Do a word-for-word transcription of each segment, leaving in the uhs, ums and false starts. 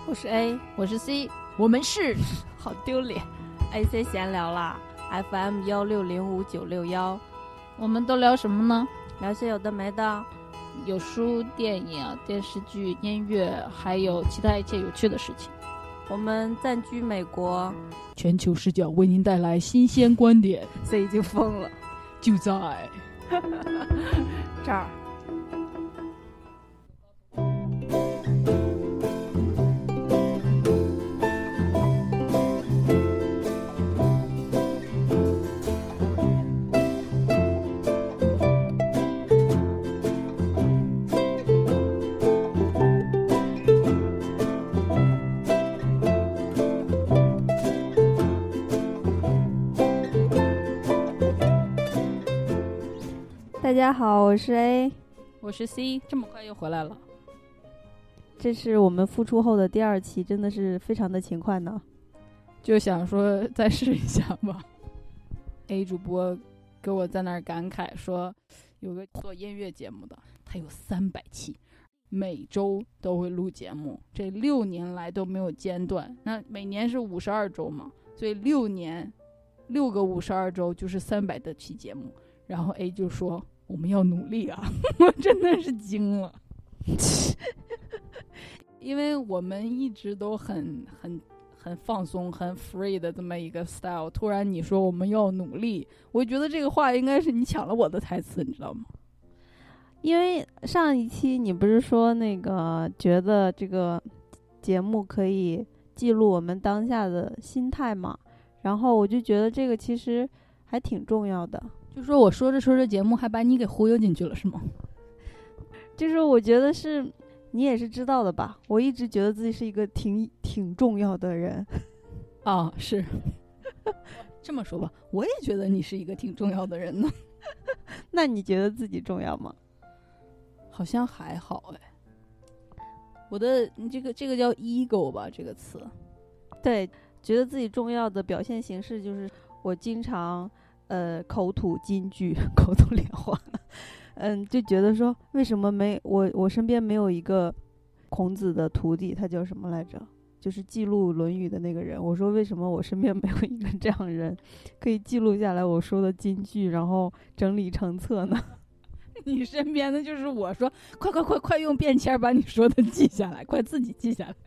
我是 A， 我是 C， 我们是好丢脸 A C 闲聊啦 F M 一六零五九六一， 我们都聊什么呢？ 聊些有的没的， 有书、电影、电视剧、音乐，还有其他一切有趣的事情。 我们暂居美国， 全球视角为您带来新鲜观点。 C 已经疯了， 就在这儿。大家好，我是 A， 我是 C， 这么快又回来了。 这是我们复出后的第二期，真的是非常的勤快呢。 就想说再试一下吧。A 主播给我在那儿感慨说，有个做音乐节目的，他有三百期，每周都会录节目，这六年来都没有间断。那每年是五十二周嘛，所以六年六个五十二周就是三百的期节目。然后 A 就说我们要努力啊，我真的是惊了。因为我们一直都很很很放松很 free 的这么一个 style， 突然你说我们要努力，我觉得这个话应该是你抢了我的台词，你知道吗？ 因为上一期你不是说那个觉得这个节目可以记录我们当下的心态嘛，然后我就觉得这个其实还挺重要的。 就说我说着说着节目还把你给忽悠进去了是吗？ 就是我觉得是你也是知道的吧，我一直觉得自己是一个挺挺重要的人。 啊、哦，是这么说吧，我也觉得你是一个挺重要的人呢。 那你觉得自己重要吗？ 好像还好哎。我的这个这个叫 ego 吧，这个词。 对，觉得自己重要的表现形式就是我经常呃口吐金句，口吐莲花。嗯，就觉得说为什么没我我身边没有一个孔子的徒弟，他叫什么来着？就是记录《论语》的那个人。我说为什么我身边没有一个这样人，可以记录下来我说的金句，然后整理成册呢？ 你身边的就是我说，快快快快用便签把你说的记下来，快自己记下来。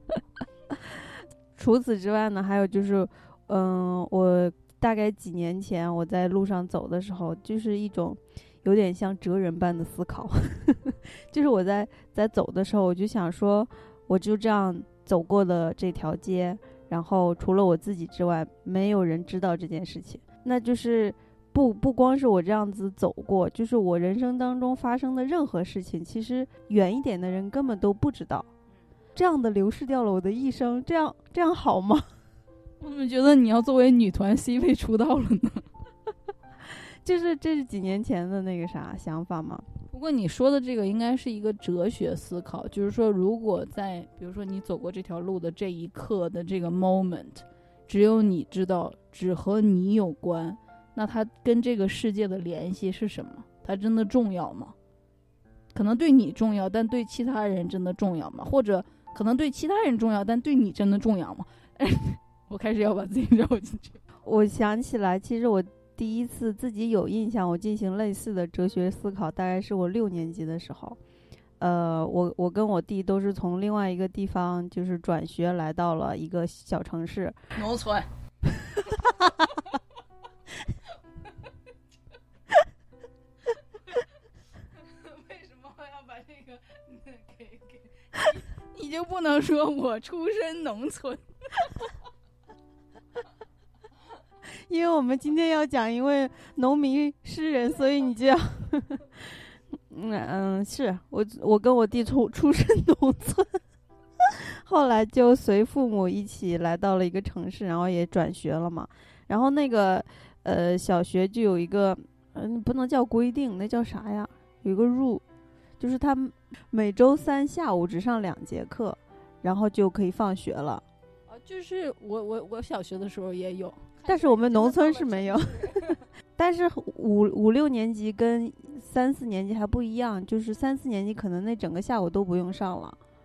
除此之外呢，还有就是，嗯，我大概几年前我在路上走的时候，就是一种有点像哲人般的思考。就是我在在走的时候，我就想说，我就这样走过了这条街，然后除了我自己之外，没有人知道这件事情。那就是不不光是我这样子走过，就是我人生当中发生的任何事情，其实远一点的人根本都不知道。这样的流逝掉了我的一生，这样这样好吗？ 我怎么觉得你要作为女团 C 位出道了呢？ 就是这是几年前的那个啥想法嘛。 不过你说的这个应该是一个哲学思考，就是说如果在比如说你走过这条路的这一刻的这个 moment， 只有你知道，只和你有关，那它跟这个世界的联系是什么？它真的重要吗？可能对你重要，但对其他人真的重要吗？或者可能对其他人重要，但对你真的重要吗？我开始要把自己绕进去。 我想起来，其实我第一次自己有印象，我进行类似的哲学思考，大概是我六年级的时候。呃，我我跟我弟都是从另外一个地方就是转学来到了一个小城市， 农村。为什么要把这个给给？你就不能说我出身农村？ 因为我们今天要讲一位农民诗人，所以你就要嗯嗯，是我我跟我弟出出身农村，后来就随父母一起来到了一个城市，然后也转学了嘛。然后那个呃小学就有一个嗯、呃、不能叫规定，那叫啥呀？有一个入，就是他每周三下午只上两节课，然后就可以放学了。 啊，就是我我我小学的时候也有。 但是我们农村是没有。但是五五六年级跟三四年级还不一样，就是三四年级可能那整个下午都不用上了，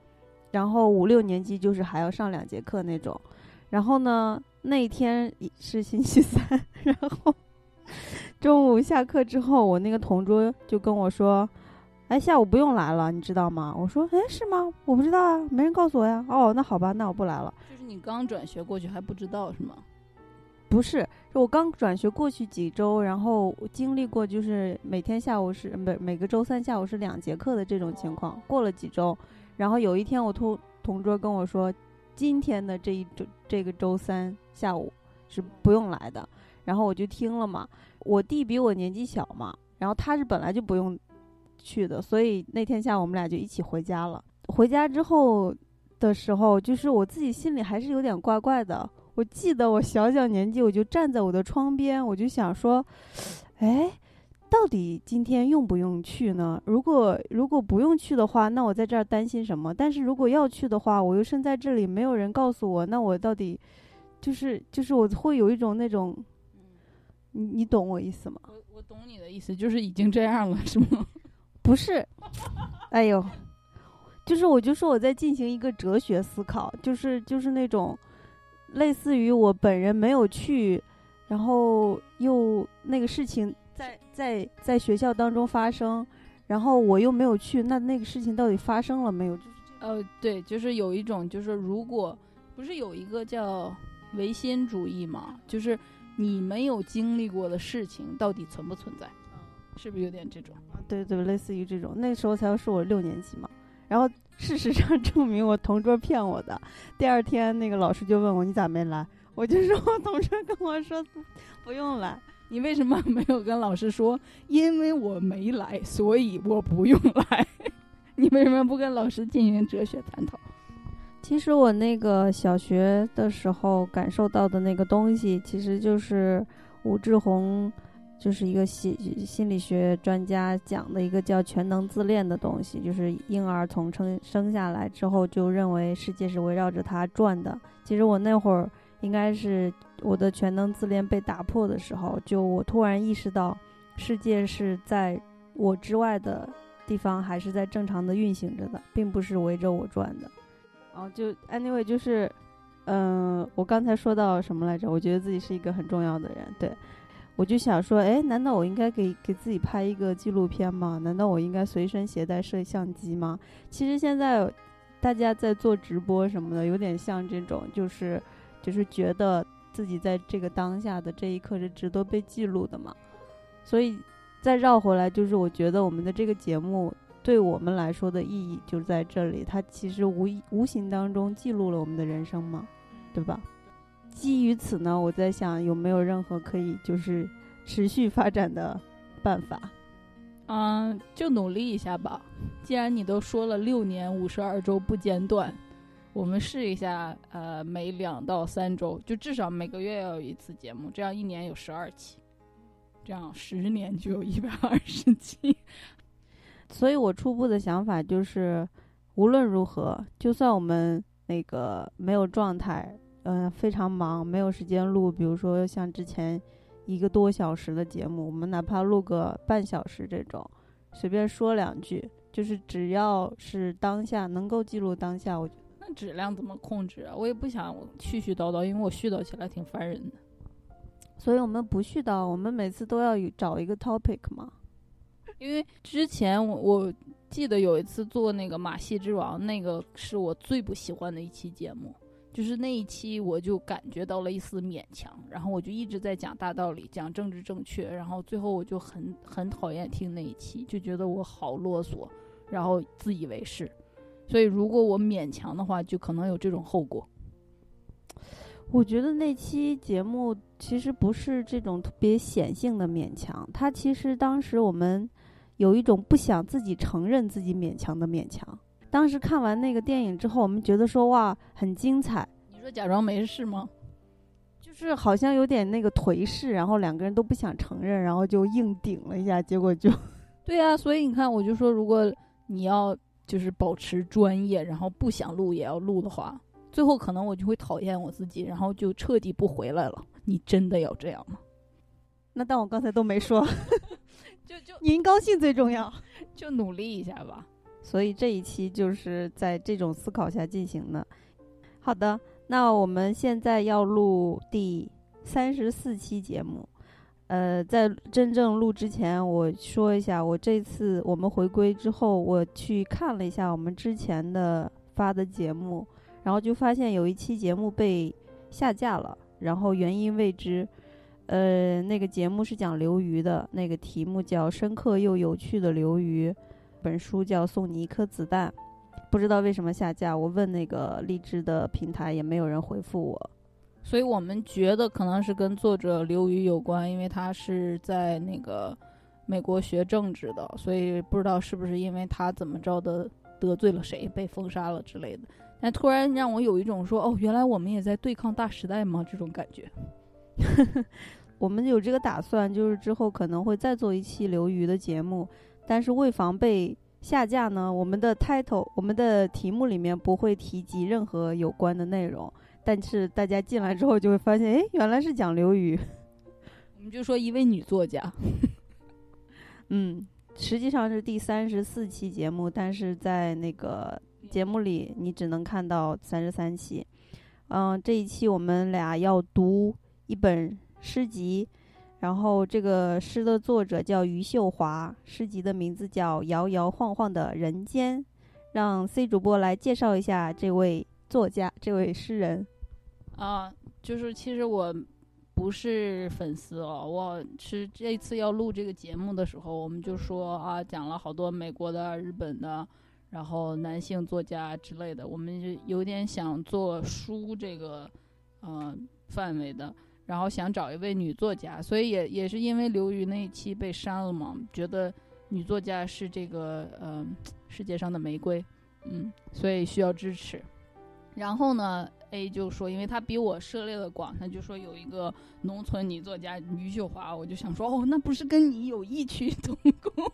然后五六年级就是还要上两节课那种。然后呢，那一天是星期三，然后中午下课之后，我那个同桌就跟我说，哎，下午不用来了，你知道吗？我说，哎，是吗？我不知道啊，没人告诉我呀。哦，那好吧，那我不来了。 就是你刚转学过去还不知道是吗？ 不是，我刚转学过去几周，然后经历过就是每天下午是每每个周三下午是两节课的这种情况。过了几周，然后有一天我同同桌跟我说，今天的这一周这个周三下午是不用来的。然后我就听了嘛，我弟比我年纪小嘛，然后他是本来就不用去的，所以那天下午我们俩就一起回家了。回家之后的时候，就是我自己心里还是有点怪怪的。我记得我小小年纪，我就站在我的窗边，我就想说，哎，到底今天用不用去呢？如果如果不用去的话，那我在这儿担心什么？但是如果要去的话，我又身在这里，没有人告诉我，那我到底就是就是我会有一种那种，你你懂我意思吗？ 我我懂你的意思，就是已经这样了，是吗？ 不是，哎呦，就是我就说我在进行一个哲学思考，就是就是那种。类似于我本人没有去，然后又那个事情在在在学校当中发生，然后我又没有去，那那个事情到底发生了没有？就是呃，对，就是有一种，就是如果不是有一个叫唯心主义嘛，就是你没有经历过的事情到底存不存在？是不是有点这种？ 对对，类似于这种。那时候才是我六年级嘛，然后。事实上证明我同桌骗我的。第二天那个老师就问我你咋没来，我就说我同桌跟我说不用来。 你为什么没有跟老师说因为我没来所以我不用来？你为什么不跟老师进行哲学探讨？ 其实我那个小学的时候感受到的那个东西，其实就是吴志红就是一个心心理学专家讲的一个叫全能自恋的东西，就是婴儿从生生下来之后就认为世界是围绕着他转的。其实我那会儿应该是我的全能自恋被打破的时候，就我突然意识到世界是在我之外的地方还是在正常的运行着的，并不是围着我转的。然后就 anyway 就是嗯、呃，我刚才说到什么来着？我觉得自己是一个很重要的人，对。我就想说，哎，难道我应该给给自己拍一个纪录片吗？难道我应该随身携带摄像机吗？其实现在大家在做直播什么的，有点像这种，就是就是觉得自己在这个当下的这一刻是值得被记录的嘛。所以再绕回来，就是我觉得我们的这个节目对我们来说的意义就在这里，它其实无无形当中记录了我们的人生嘛，对吧？基于此呢，我在想有没有任何可以就是持续发展的办法。 嗯，就努力一下吧。既然你都说了六年五十二周不间断，我们试一下，呃，每两到三周，就至少每个月要有一次节目，这样一年有十二期，这样十年就有一百二十期。 所以我初步的想法就是，无论如何，就算我们那个没有状态。嗯、呃，非常忙，没有时间录。比如说像之前一个多小时的节目，我们哪怕录个半小时这种，随便说两句，就是只要是当下能够记录当下，我觉得那质量怎么控制啊？我也不想絮絮叨叨，因为我絮叨起来挺烦人的。 所以我们不絮叨，我们每次都要找一个 topic 嘛。 因为之前我我记得有一次做那个马戏之王，那个是我最不喜欢的一期节目。就是那一期我就感觉到了一丝勉强，然后我就一直在讲大道理，讲政治正确，然后最后我就很很讨厌听那一期，就觉得我好啰嗦，然后自以为是。所以如果我勉强的话，就可能有这种后果。 我觉得那期节目其实不是这种特别显性的勉强，它其实当时我们有一种不想自己承认自己勉强的勉强。当时看完那个电影之后，我们觉得说哇很精彩。 你说假装没事吗？ 就是好像有点那个颓势，然后两个人都不想承认，然后就硬顶了一下，结果就对啊，所以你看我就说，如果你要就是保持专业，然后不想录也要录的话，最后可能我就会讨厌我自己，然后就彻底不回来了。你真的要这样吗？ 那但我刚才都没说就就您高兴最重要， 就努力一下吧。 所以这一期就是在这种思考下进行的。好的，那我们现在要录第三十四期节目。呃，在真正录之前，我说一下，我这次我们回归之后，我去看了一下我们之前的发的节目，然后就发现有一期节目被下架了，然后原因未知。呃，那个节目是讲刘瑜的，那个题目叫《深刻又有趣的刘瑜》，本书叫《送你一颗子弹》，不知道为什么下架。我问那个荔枝的平台，也没有人回复我。 所以我们觉得可能是跟作者刘瑜有关，因为他是在那个美国学政治的，所以不知道是不是因为他怎么着的得罪了谁，被封杀了之类的。但突然让我有一种说，哦，原来我们也在对抗大时代吗？这种感觉。 我们有这个打算，就是之后可能会再做一期刘瑜的节目，但是为防被下架呢，我们的 title 我们的题目里面不会提及任何有关的内容，但是大家进来之后就会发现，哎，原来是讲刘瑜。 我们就说一位女作家。 嗯，实际上是第三十四期节目，但是在那个节目里你只能看到三十三期。嗯，这一期我们俩要读一本诗集，然后这个诗的作者叫余秀华，诗集的名字叫《摇摇晃晃的人间》。让 C 主播来介绍一下这位作家，这位诗人。 啊，就是其实我不是粉丝哦，我是这次要录这个节目的时候，我们就说啊，讲了好多美国的、日本的，然后男性作家之类的，我们就有点想做书这个呃范围的。然后想找一位女作家，所以也也是因为刘瑜那一期被删了嘛，觉得女作家是这个呃世界上的玫瑰，嗯，所以需要支持。然后呢 A 就说，因为他比我涉猎的广，他就说有一个农村女作家余秀华，我就想说，哦，那不是跟你有异曲同工。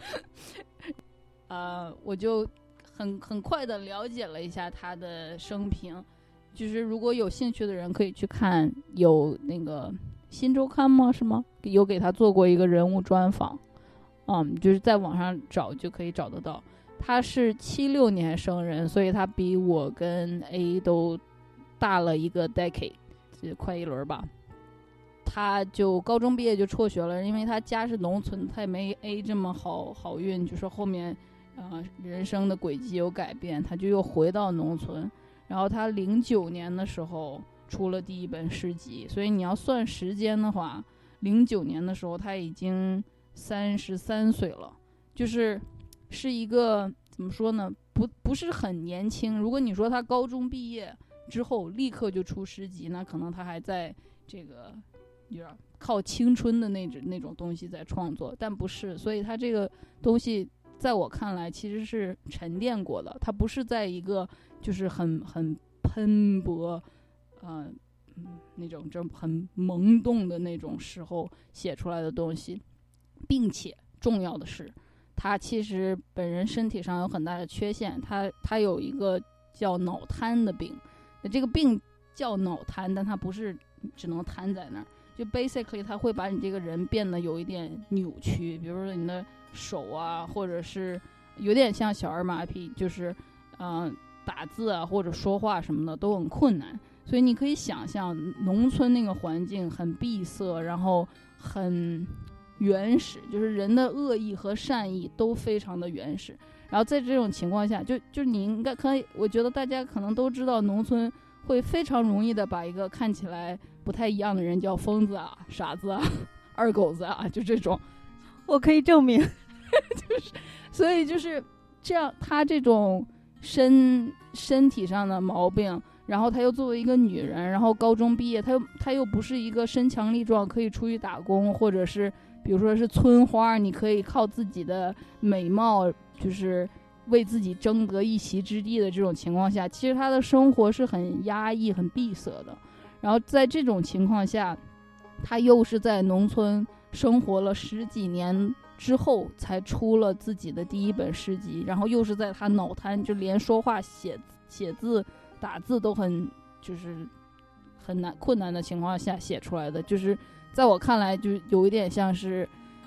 呃，我就很很快的了解了一下他的生平。就是如果有兴趣的人可以去看，有那个新周刊吗？是吗？有给他做过一个人物专访，嗯，就是在网上找就可以找得到。他是七六年生人，所以他比我跟 A 都大了一个 decade， 就快一轮吧。他就高中毕业就辍学了，因为他家是农村，他也没 A 这么好好运，就是后面呃人生的轨迹有改变，他就又回到农村。然后他零九年的时候出了第一本诗集，所以你要算时间的话，零九年的时候他已经三十三岁了，就是是一个怎么说呢，不不是很年轻。如果你说他高中毕业之后立刻就出诗集，那可能他还在这个有点靠青春的那种那种东西在创作，但不是，所以他这个东西在我看来其实是沉淀过的，它不是在一个就是很很喷薄，呃，嗯，那种就很萌动的那种时候写出来的东西，并且重要的是，他其实本人身体上有很大的缺陷，他他有一个叫脑瘫的病，那这个病叫脑瘫，但它不是只能瘫在那儿，就 basically 它会把你这个人变得有一点扭曲，比如说你的手啊，或者是有点像小儿麻痹，就是嗯。呃打字啊或者说话什么的都很困难，所以你可以想象农村那个环境很闭塞，然后很原始，就是人的恶意和善意都非常的原始。然后在这种情况下，就就你应该可以，我觉得大家可能都知道，农村会非常容易的把一个看起来不太一样的人叫疯子啊、傻子啊、二狗子啊，就这种。 我可以证明， 就是所以就是这样，他这种。身身体上的毛病，然后她又作为一个女人，然后高中毕业，她又她又不是一个身强力壮可以出去打工，或者是比如说是村花，你可以靠自己的美貌就是为自己争得一席之地的这种情况下，其实她的生活是很压抑很闭塞的。然后在这种情况下，她又是在农村生活了十几年之后才出了自己的第一本诗集，然后又是在他脑瘫，就连说话写写字打字都很就是很难困难的情况下写出来的，就是在我看来就有一点像是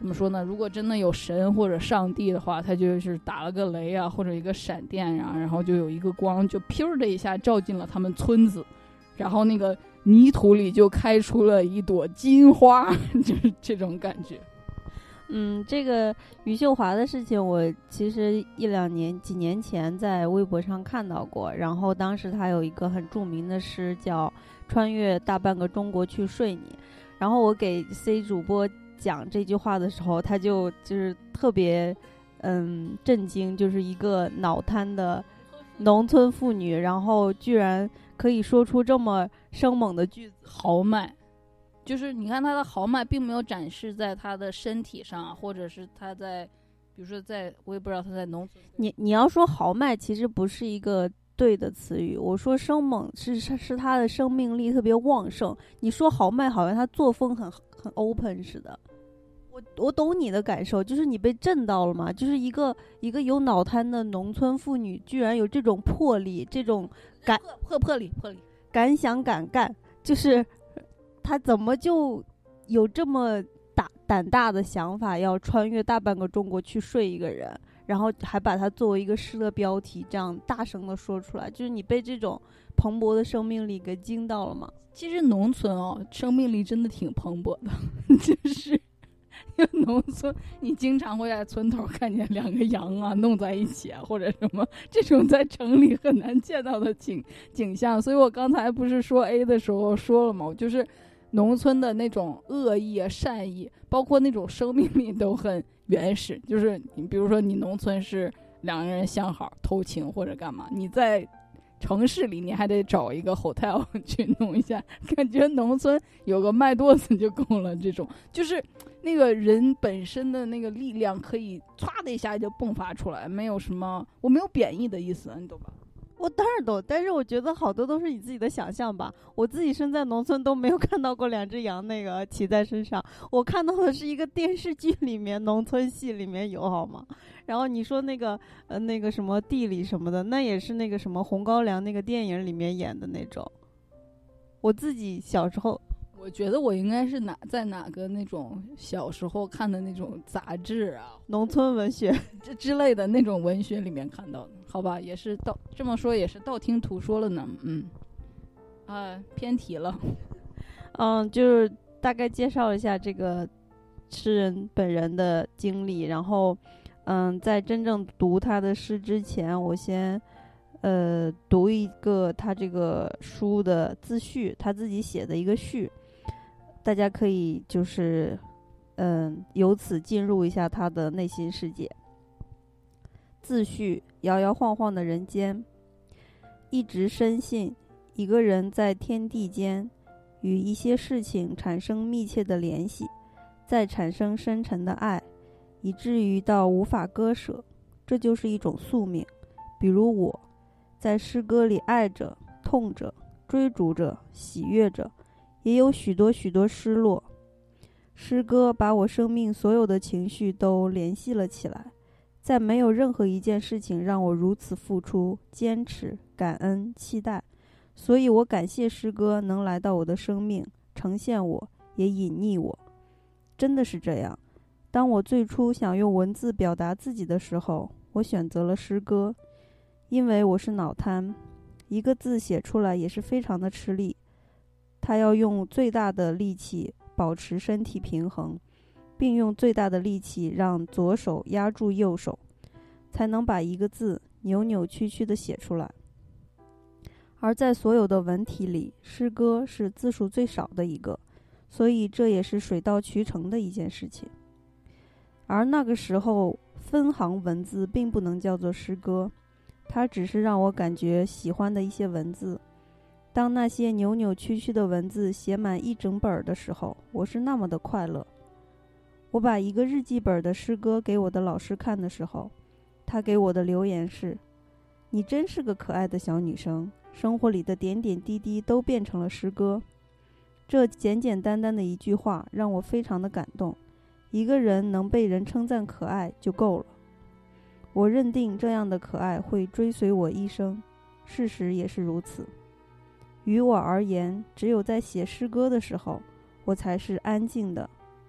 怎么说呢？如果真的有神或者上帝的话，他就是打了个雷啊，或者一个闪电啊，然后就有一个光，就噗的一下照进了他们村子，然后那个泥土里就开出了一朵金花，就是这种感觉。 嗯，这个余秀华的事情，我其实一两年、几年前在微博上看到过。然后当时他有一个很著名的诗叫“穿越大半个中国去睡你”，然后我给 C 主播讲这句话的时候，他就就是特别嗯震惊，就是一个脑瘫的农村妇女，然后居然可以说出这么生猛的句子， 豪迈。就是你看他的豪迈并没有展示在他的身体上，或者是他在比如说在我也不知道他在农村， 你你要说豪迈其实不是一个对的词语，我说生猛是是他的生命力特别旺盛。你说豪迈好像他作风很很 open 似的。我我懂你的感受，就是你被震到了嘛，就是一个一个有脑瘫的农村妇女居然有这种魄力，这种敢魄魄力魄力敢想敢干，就是他怎么就有这么大胆大的想法，要穿越大半个中国去睡一个人，然后还把它作为一个诗的标题这样大声的说出来，就是你被这种蓬勃的生命力给惊到了吗？ 其实农村哦，生命力真的挺蓬勃的，就是因为农村你经常会在村头看见两个羊啊弄在一起啊，或者什么这种在城里很难见到的景景象。所以我刚才不是说 A 的时候说了吗，就是农村的那种恶意啊善意，包括那种生命力都很原始。就是你比如说你农村是两个人相好偷情或者干嘛，你在城市里你还得找一个 hotel 去弄一下，感觉农村有个麦垛子就够了。这种就是那个人本身的那个力量可以唰的一下就迸发出来，没有什么，我没有贬义的意思，你懂吧？ 我当然懂，但是我觉得好多都是你自己的想象吧。我自己身在农村都没有看到过两只羊那个骑在身上，我看到的是一个电视剧里面农村戏里面有，好吗？然后你说那个呃那个什么地理什么的，那也是那个什么红高粱那个电影里面演的那种。我自己小时候， 我觉得我应该是哪在哪个那种小时候看的那种杂志啊， 农村文学之之类的那种文学里面看到的，好吧，也是道这么说也是道听途说了呢。嗯，啊，偏题了。 嗯，就是大概介绍一下这个诗人本人的经历，然后，嗯，在真正读他的诗之前，我先呃读一个他这个书的自序，他自己写的一个序。大家可以就是嗯由此进入一下他的内心世界。自序：摇摇晃晃的人间，一直深信一个人在天地间与一些事情产生密切的联系，再产生深沉的爱，以至于到无法割舍，这就是一种宿命。比如我在诗歌里爱着、痛着、追逐着、喜悦着，也有许多许多失落。诗歌把我生命所有的情绪都联系了起来，再没有任何一件事情让我如此付出、坚持、感恩、期待。所以我感谢诗歌能来到我的生命，呈现我，也隐匿我。真的是这样，当我最初想用文字表达自己的时候，我选择了诗歌。因为我是脑瘫，一个字写出来也是非常的吃力，他要用最大的力气保持身体平衡，并用最大的力气让左手压住右手，才能把一个字扭扭曲曲地写出来。而在所有的文体里，诗歌是字数最少的一个，所以这也是水到渠成的一件事情。而那个时候，分行文字并不能叫做诗歌，它只是让我感觉喜欢的一些文字。当那些扭扭曲曲的文字写满一整本的时候，我是那么的快乐。我把一个日记本的诗歌给我的老师看的时候，他给我的留言是：你真是个可爱的小女生，生活里的点点滴滴都变成了诗歌。这简简单单的一句话让我非常的感动，一个人能被人称赞可爱就够了。我认定这样的可爱会追随我一生，事实也是如此。于我而言，只有在写诗歌的时候，我才是安静的，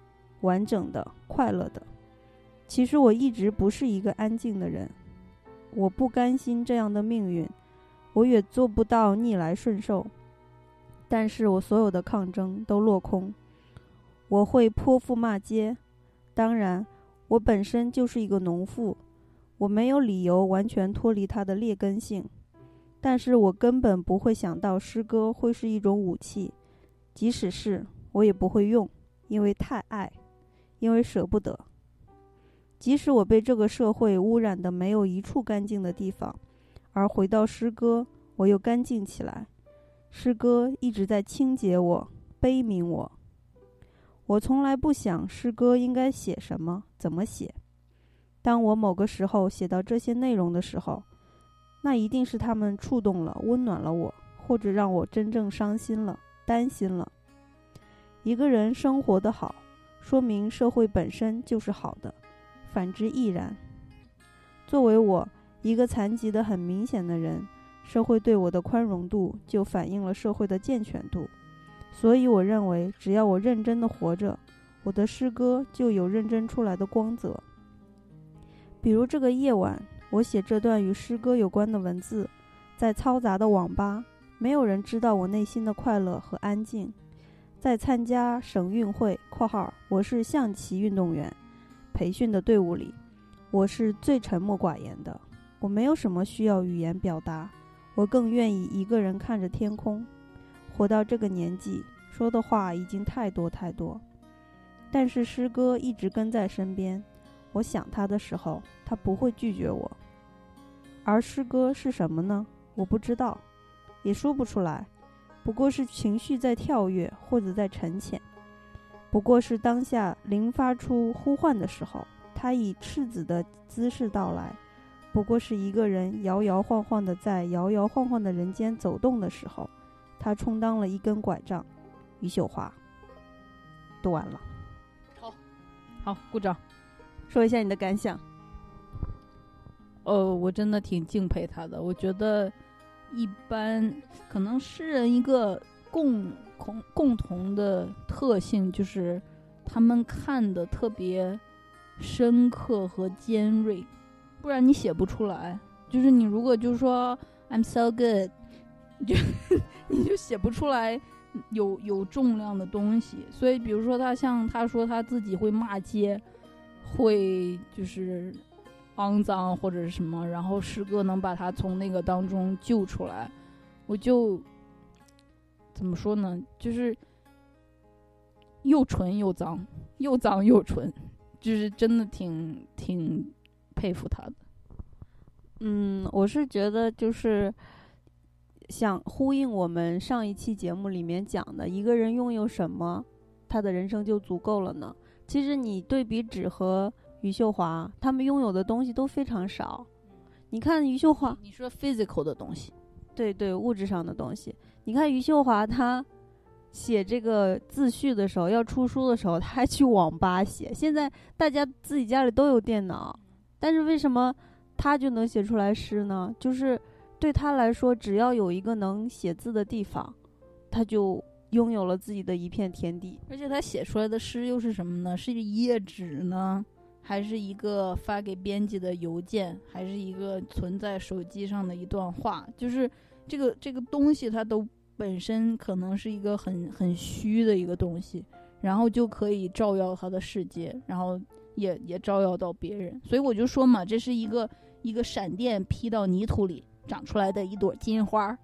完整的、快乐的。其实我一直不是一个安静的人，我不甘心这样的命运，我也做不到逆来顺受。但是我所有的抗争都落空，我会泼妇骂街。当然，我本身就是一个农妇，我没有理由完全脱离它的劣根性。但是我根本不会想到诗歌会是一种武器，即使是，我也不会用，因为太爱，因为舍不得。即使我被这个社会污染的没有一处干净的地方，而回到诗歌，我又干净起来。诗歌一直在清洁我，悲悯我。我从来不想诗歌应该写什么，怎么写。当我某个时候写到这些内容的时候，那一定是他们触动了，温暖了我，或者让我真正伤心了，担心了。一个人生活得好，说明社会本身就是好的，反之亦然。作为我一个残疾的很明显的人，社会对我的宽容度就反映了社会的健全度。所以我认为，只要我认真的活着，我的诗歌就有认真出来的光泽。比如这个夜晚，我写这段与诗歌有关的文字，在嘈杂的网吧，没有人知道我内心的快乐和安静。在参加省运会（括号我是象棋运动员）培训的队伍里，我是最沉默寡言的。我没有什么需要语言表达，我更愿意一个人看着天空。活到这个年纪，说的话已经太多太多，但是诗歌一直跟在身边。我想他的时候，他不会拒绝我。而诗歌是什么呢？我不知道，也说不出来，不过是情绪在跳跃，或者在沉潜，不过是当下灵发出呼唤的时候，他以赤子的姿势到来，不过是一个人摇摇晃晃的在摇摇晃晃的人间走动的时候，他充当了一根拐杖。余秀华读完了。 好，好，鼓掌。 说一下你的感想。 呃，我真的挺敬佩他的。我觉得一般可能诗人一个共共共同的特性就是他们看的特别深刻和尖锐，不然你写不出来。就是你如果就说 I'm so good， 你就你就写不出来有有重量的东西。所以比如说他像他说他自己会骂街，会就是肮脏或者是什么，然后诗歌能把他从那个当中救出来，我就怎么说呢，就是又纯又脏，又脏又纯，就是真的挺挺佩服他的。 嗯，我是觉得就是想呼应我们上一期节目里面讲的，一个人拥有什么，他的人生就足够了呢？其实你对比芷和余秀华，他们拥有的东西都非常少。你看余秀华， 你说 physical 的东西， 对对，物质上的东西。你看余秀华，他写这个自序的时候，要出书的时候，他还去网吧写。现在大家自己家里都有电脑，但是为什么他就能写出来诗呢？就是对他来说，只要有一个能写字的地方，他就拥有了自己的一片天地。 而且他写出来的诗又是什么呢？是一页纸呢，还是一个发给编辑的邮件，还是一个存在手机上的一段话？就是这个这个东西，它都本身可能是一个很很虚的一个东西，然后就可以照耀他的世界，然后也也照耀到别人。所以我就说嘛，这是一个一个闪电劈到泥土里长出来的一朵金花。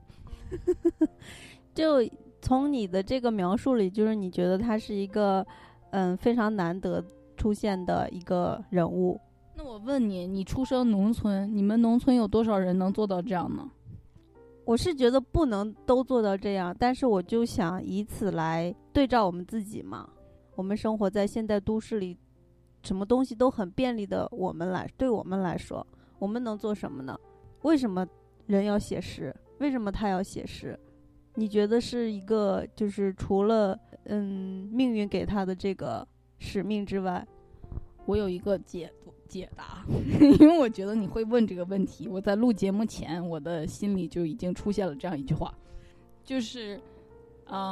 就从你的这个描述里，就是你觉得他是一个嗯非常难得出现的一个人物。 那我问你，你出生农村，你们农村有多少人能做到这样呢？ 我是觉得不能都做到这样，但是我就想以此来对照我们自己嘛。我们生活在现代都市里，什么东西都很便利的，我们来对我们来说，我们能做什么呢？为什么人要写诗？为什么他要写诗？你觉得是一个就是除了嗯命运给他的这个使命之外？ 我有一个解解答，因为我觉得你会问这个问题。我在录节目前，我的心里就已经出现了这样一句话，就是，嗯、呃，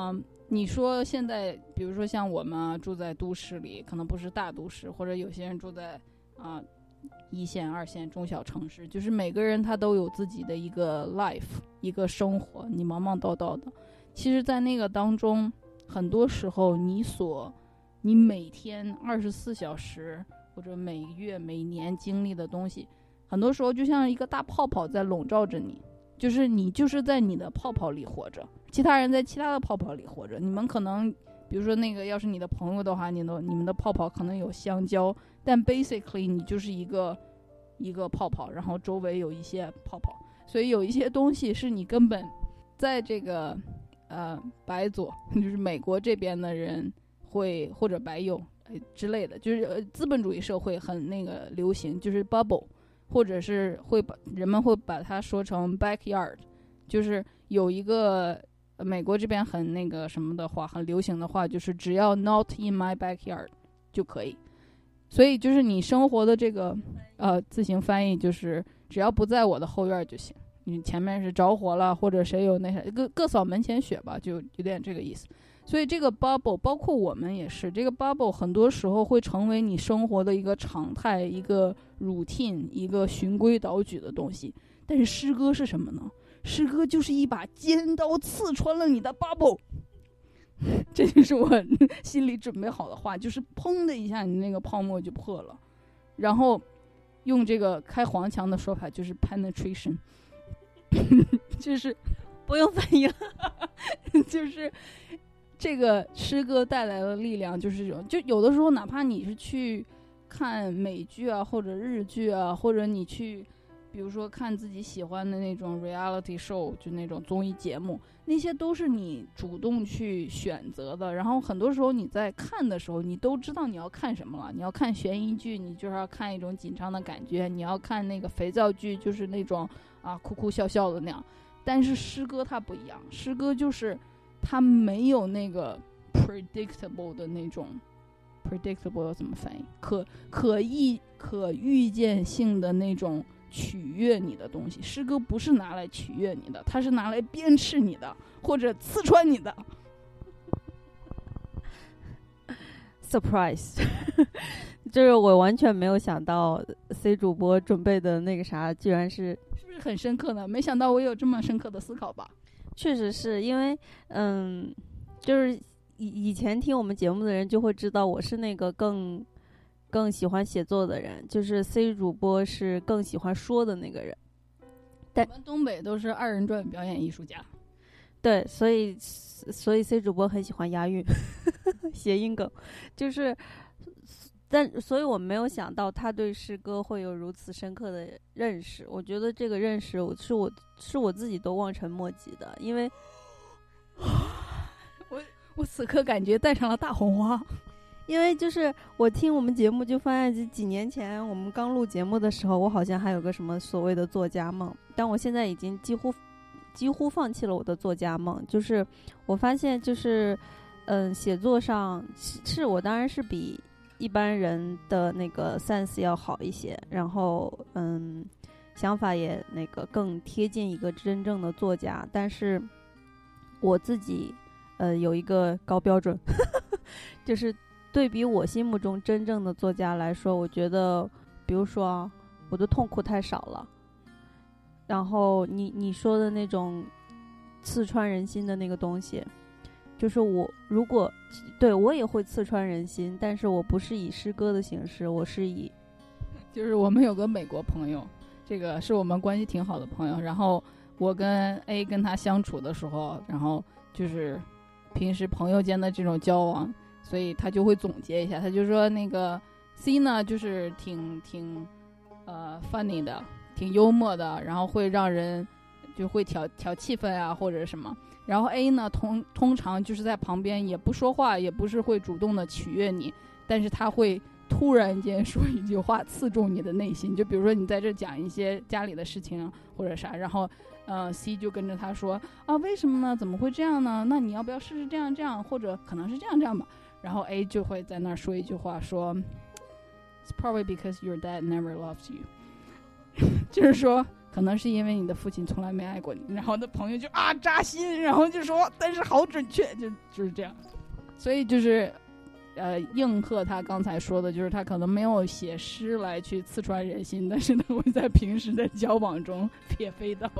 你说现在比如说像我们、啊、住在都市里，可能不是大都市，或者有些人住在啊、呃、一线二线中小城市，就是每个人他都有自己的一个 life 一个生活，你忙忙叨叨的，其实在那个当中很多时候你所你每天二十四小时或者每月每年经历的东西，很多时候就像一个大泡泡在笼罩着你，就是你就是在你的泡泡里活着，其他人在其他的泡泡里活着。你们可能比如说那个要是你的朋友的话，你的你们的泡泡可能有香蕉，但 basically 你就是一个一个泡泡，然后周围有一些泡泡，所以有一些东西是你根本在这个呃白左就是美国这边的人会，或者白右之类的，就是呃资本主义社会很那个流行，就是 bubble， 或者是会把人们会把它说成 backyard， 就是有一个美国这边很那个什么的话，很流行的话，就是只要 not in my backyard 就可以。所以就是你生活的这个呃自行翻译就是只要不在我的后院就行，你前面是着火了或者谁有那啥，各各扫门前雪吧，就有点这个意思。所以这个 bubble 包括我们也是，这个 bubble 很多时候会成为你生活的一个常态，一个 routine， 一个循规蹈矩的东西。但是诗歌是什么呢？诗歌就是一把尖刀刺穿了你的 bubble， 这就是我心里准备好的话，就是砰的一下你那个泡沫就破了，然后用这个开黄腔的说法就是 penetration 就是不用翻译了就是这个诗歌带来的力量就是这种，就有的时候哪怕你是去看美剧啊或者日剧啊，或者你去比如说看自己喜欢的那种 reality show， 就那种综艺节目，那些都是你主动去选择的，然后很多时候你在看的时候你都知道你要看什么了，你要看悬疑剧你就是要看一种紧张的感觉，你要看那个肥皂剧就是那种啊哭哭笑笑的那样。但是诗歌它不一样，诗歌就是它没有那个 predictable 的那种 predictable 要怎么翻译，可可预可预见性的那种取悦你的东西。诗歌不是拿来取悦你的，它是拿来鞭笞你的或者刺穿你的。 surprise 就是我完全没有想到 C 主播准备的那个啥居然是是不是很深刻呢？没想到我有这么深刻的思考吧。 确实是因为嗯，就是以以前听我们节目的人就会知道我是那个更更喜欢写作的人，就是 C 主播是更喜欢说的那个人。 但我们东北都是二人转表演艺术家， 对，所以所以 C 主播很喜欢押韵谐音梗，就是但所以我没有想到他对诗歌会有如此深刻的认识。我觉得这个认识我是我是我自己都望尘莫及的，因为我我此刻感觉带上了大红花。 因为就是我听我们节目就发现几年前我们刚录节目的时候，我好像还有个什么所谓的作家梦，但我现在已经几乎几乎放弃了我的作家梦。就是我发现就是嗯，写作上是我当然是比一般人的那个 sense 要好一些，然后嗯，想法也那个更贴近一个真正的作家，但是我自己呃有一个高标准就是对比我心目中真正的作家来说，我觉得比如说我的痛苦太少了，然后你你说的那种刺穿人心的那个东西，就是我如果对我也会刺穿人心，但是我不是以诗歌的形式，我是以就是我们有个美国朋友，这个是我们关系挺好的朋友，然后我跟 A 跟他相处的时候，然后就是平时朋友间的这种交往，所以他就会总结一下，他就说那个 C 呢就是挺挺呃 funny 的，挺幽默的，然后会让人就会调调气氛啊或者什么，然后 A 呢通通常就是在旁边也不说话，也不是会主动的取悦你，但是他会突然间说一句话刺中你的内心，就比如说你在这讲一些家里的事情或者啥，然后呃 C 就跟着他说啊为什么呢，怎么会这样呢，那你要不要试试这样这样，或者可能是这样这样吧，然后 A 就会在那儿说一句话说 It's probably because your dad never loves you 就是说可能是因为你的父亲从来没爱过你，然后的朋友就啊扎心，然后就说但是好准确，就就是这样。所以就是呃应和他刚才说的，就是他可能没有写诗来去刺穿人心，但是他会在平时的交往中撇飞刀。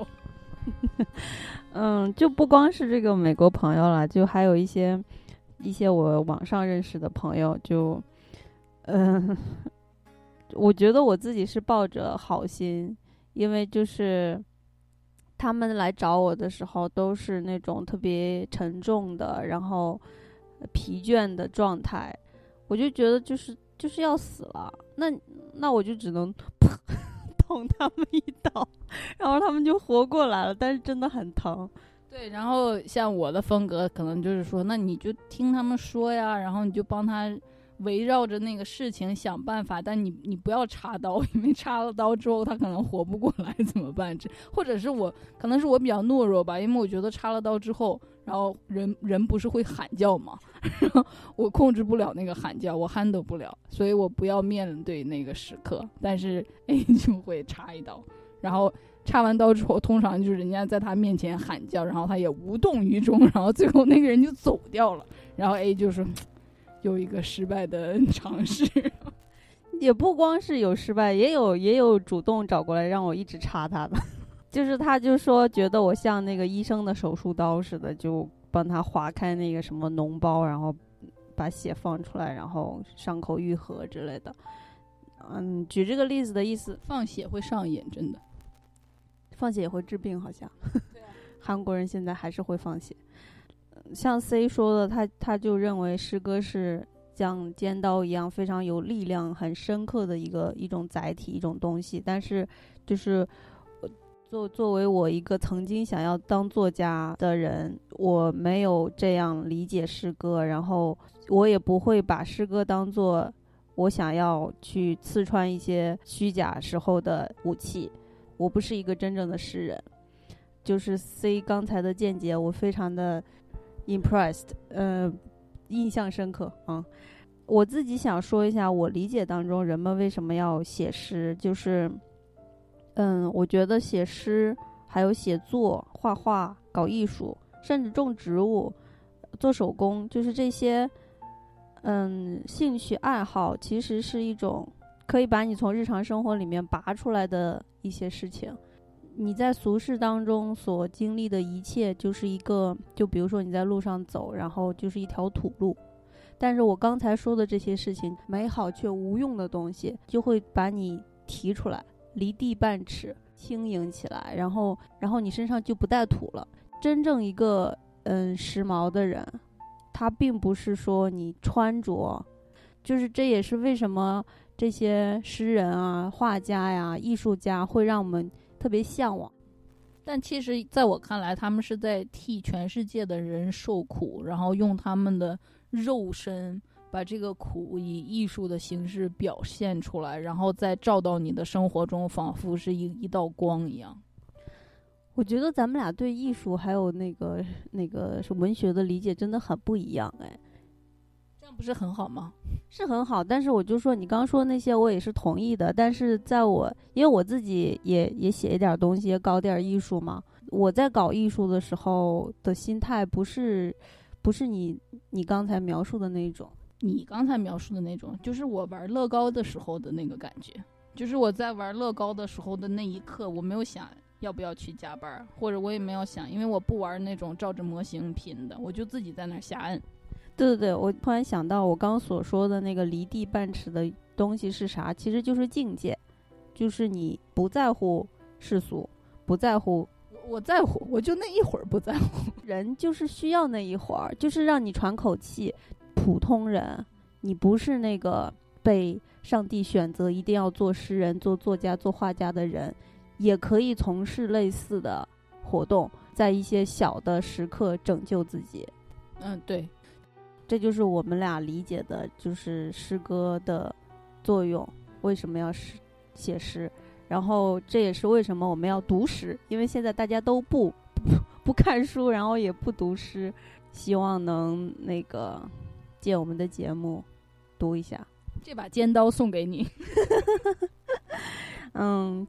嗯，就不光是这个美国朋友了，就还有一些一些我网上认识的朋友，就嗯、呃，我觉得我自己是抱着好心，因为就是他们来找我的时候都是那种特别沉重的，然后疲倦的状态，我就觉得就是就是要死了，那那我就只能捅他们一刀，然后他们就活过来了，但是真的很疼。 对，然后像我的风格可能就是说，那你就听他们说呀，然后你就帮他围绕着那个事情想办法，但你你不要插刀，因为插了刀之后他可能活不过来怎么办？这或者是我可能是我比较懦弱吧，因为我觉得插了刀之后，然后人人不是会喊叫吗？然后我控制不了那个喊叫，我 handle 不了，所以我不要面对那个时刻。但是 A 就会插一刀，然后插完刀之后，通常就是人家在他面前喊叫，然后他也无动于衷，然后最后那个人就走掉了，然后 A 就是有一个失败的尝试。 也不光是有失败，也有也有主动找过来让我一直插他的，就是他就说觉得我像那个医生的手术刀似的，就帮他划开那个什么脓包，然后把血放出来，然后伤口愈合之类的。嗯，举这个例子的意思， 放血会上瘾，真的。 放血也会治病，好像。 对啊， 韩国人现在还是会放血。像 C 说的，他他就认为诗歌是像尖刀一样非常有力量、很深刻的一个一种载体、一种东西。但是，就是作作为我一个曾经想要当作家的人，我没有这样理解诗歌，然后我也不会把诗歌当作我想要去刺穿一些虚假时候的武器。我不是一个真正的诗人。就是 C 刚才的见解我非常的 impressed， 呃，印象深刻啊。我自己想说一下我理解当中人们为什么要写诗，就是嗯，我觉得写诗还有写作、画画、搞艺术，甚至种植物、做手工，就是这些嗯兴趣爱好，其实是一种可以把你从日常生活里面拔出来的一些事情。你在俗世当中所经历的一切就是一个，就比如说你在路上走，然后就是一条土路，但是我刚才说的这些事情，美好却无用的东西，就会把你提出来，离地半尺，轻盈起来，然后然后你身上就不带土了。真正一个嗯时髦的人，他并不是说你穿着，就是这也是为什么这些诗人啊、画家呀、艺术家会让我们特别向往。 但其实在我看来，他们是在替全世界的人受苦，然后用他们的肉身把这个苦以艺术的形式表现出来，然后再照到你的生活中，仿佛是一一道光一样。 我觉得咱们俩对艺术还有那个那个是文学的理解真的很不一样。哎， 这样不是很好吗？ 是很好，但是我就说你刚刚说那些我也是同意的，但是在我因为我自己也也写一点东西，也搞点艺术嘛，我在搞艺术的时候的心态不是不是你你刚才描述的那种。 你刚才描述的那种就是我玩乐高的时候的那个感觉，就是我在玩乐高的时候的那一刻，我没有想要不要去加班，或者我也没有想，因为我不玩那种照着模型拼的，我就自己在那儿瞎摁。 对对对，我突然想到我刚所说的那个离地半尺的东西是啥，其实就是境界，就是你不在乎世俗，不在乎。 我在乎，我就那一会儿不在乎。 人就是需要那一会儿，就是让你喘口气。普通人，你不是那个被上帝选择一定要做诗人、做作家、做画家的人，也可以从事类似的活动，在一些小的时刻拯救自己。 嗯，对。 这就是我们俩理解的，就是诗歌的作用，为什么要写诗，然后这也是为什么我们要读诗，因为现在大家都不不不看书，然后也不读诗，希望能那个借我们的节目读一下。 这把尖刀送给你。 嗯，